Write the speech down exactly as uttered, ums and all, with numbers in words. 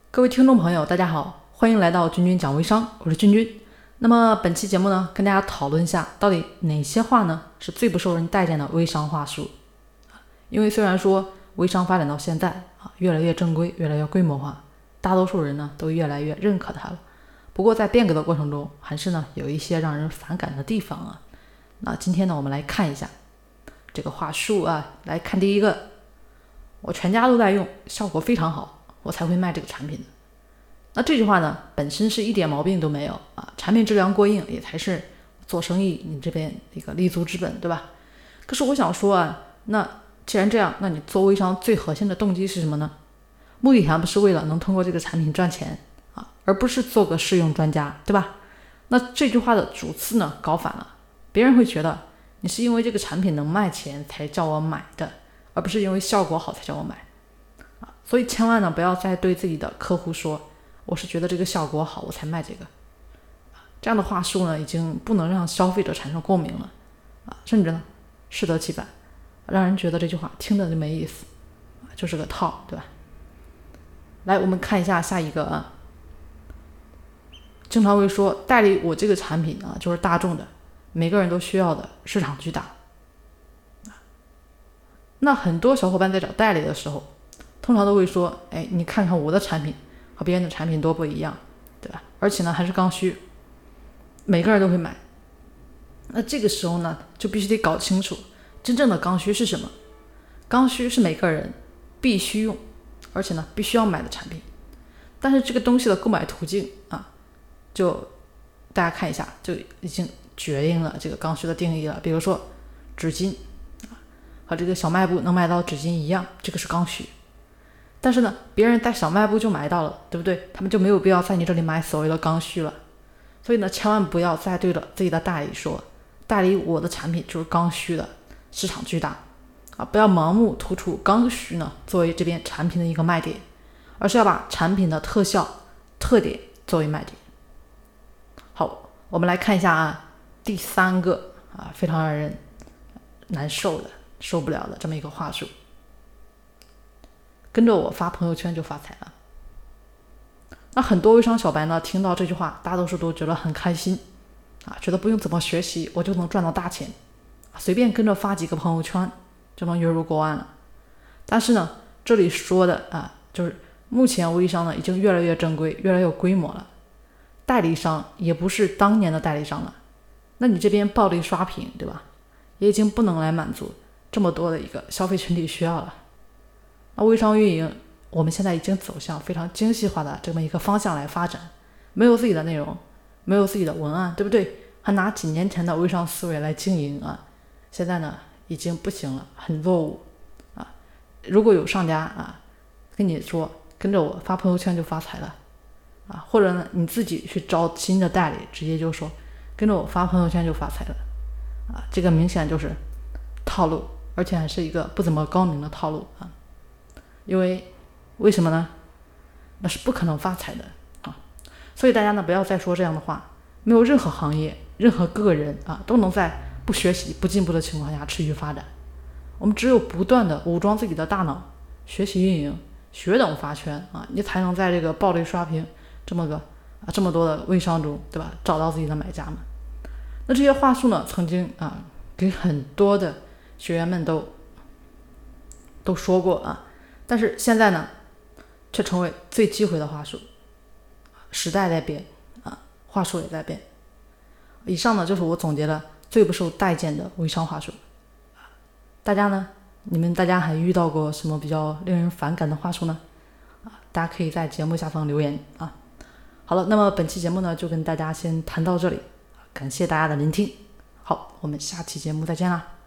各位听众朋友，大家好，欢迎来到君君讲微商，我是君君。那么本期节目呢，跟大家讨论一下，到底哪些话呢是最不受人待见的微商话术。因为虽然说微商发展到现在啊，越来越正规，越来越规模化，大多数人呢都越来越认可它了。不过在变革的过程中，还是呢有一些让人反感的地方啊。那今天呢，我们来看一下这个话术啊。来看第一个，我全家都在用，效果非常好，我才会卖这个产品的。那这句话呢，本身是一点毛病都没有啊，产品质量过硬也才是做生意你这边一个立足之本，对吧？可是我想说啊，那既然这样，那你做微商最核心的动机是什么呢？目的还不是为了能通过这个产品赚钱啊，而不是做个试用专家，对吧？那这句话的主次呢搞反了，别人会觉得你是因为这个产品能卖钱才叫我买的，而不是因为效果好才叫我买啊。所以千万呢不要再对自己的客户说我是觉得这个效果好我才卖这个，这样的话术呢已经不能让消费者产生共鸣了啊，甚至呢适得其反，让人觉得这句话听着就没意思，就是个套，对吧？来，我们看一下下一个啊，经常会说代理我这个产品啊就是大众的，每个人都需要的，市场巨大。那很多小伙伴在找代理的时候，通常都会说，哎，你看看我的产品和别人的产品多不一样，对吧？而且呢还是刚需，每个人都会买。那这个时候呢就必须得搞清楚真正的刚需是什么。刚需是每个人必须用而且呢必须要买的产品，但是这个东西的购买途径啊，就大家看一下就已经决定了这个刚需的定义了。比如说纸巾和这个小卖部能买到纸巾一样，这个是刚需。但是呢别人在小卖部就买到了，对不对？他们就没有必要在你这里买所谓的刚需了。所以呢千万不要再对着自己的代理说，代理我的产品就是刚需的，市场巨大啊！不要盲目突出刚需呢作为这边产品的一个卖点，而是要把产品的特效特点作为卖点。好，我们来看一下啊，第三个啊非常让人难受的受不了的这么一个话术，跟着我发朋友圈就发财了。那很多微商小白呢听到这句话，大多数都觉得很开心啊，觉得不用怎么学习我就能赚到大钱，随便跟着发几个朋友圈就能月入过万了。但是呢这里说的啊，就是目前微商呢已经越来越正规，越来越有规模了，代理商也不是当年的代理商了，那你这边暴力刷屏，对吧？也已经不能来满足这么多的一个消费群体需要了。那微商运营我们现在已经走向非常精细化的这么一个方向来发展，没有自己的内容，没有自己的文案，对不对？还拿几年前的微商思维来经营啊，现在呢已经不行了，很落伍啊。如果有商家啊跟你说跟着我发朋友圈就发财了啊，或者呢你自己去招新的代理，直接就说跟着我发朋友圈就发财了啊，这个明显就是套路，而且还是一个不怎么高明的套路啊。因为为什么呢？那是不可能发财的啊！所以大家呢不要再说这样的话。没有任何行业、任何个人啊都能在不学习、不进步的情况下持续发展。我们只有不断的武装自己的大脑，学习运营，学懂发圈啊，你才能在这个暴力刷屏这么个啊这么多的微商中，对吧？找到自己的买家们。那这些话术呢，曾经啊给很多的学员们都都说过啊，但是现在呢却成为最忌讳的话术。时代在变啊，话术也在变。以上呢就是我总结了最不受待见的微商话术。大家呢，你们大家还遇到过什么比较令人反感的话术呢？啊，大家可以在节目下方留言啊。好了，那么本期节目呢就跟大家先谈到这里，感谢大家的聆听。好，我们下期节目再见啦。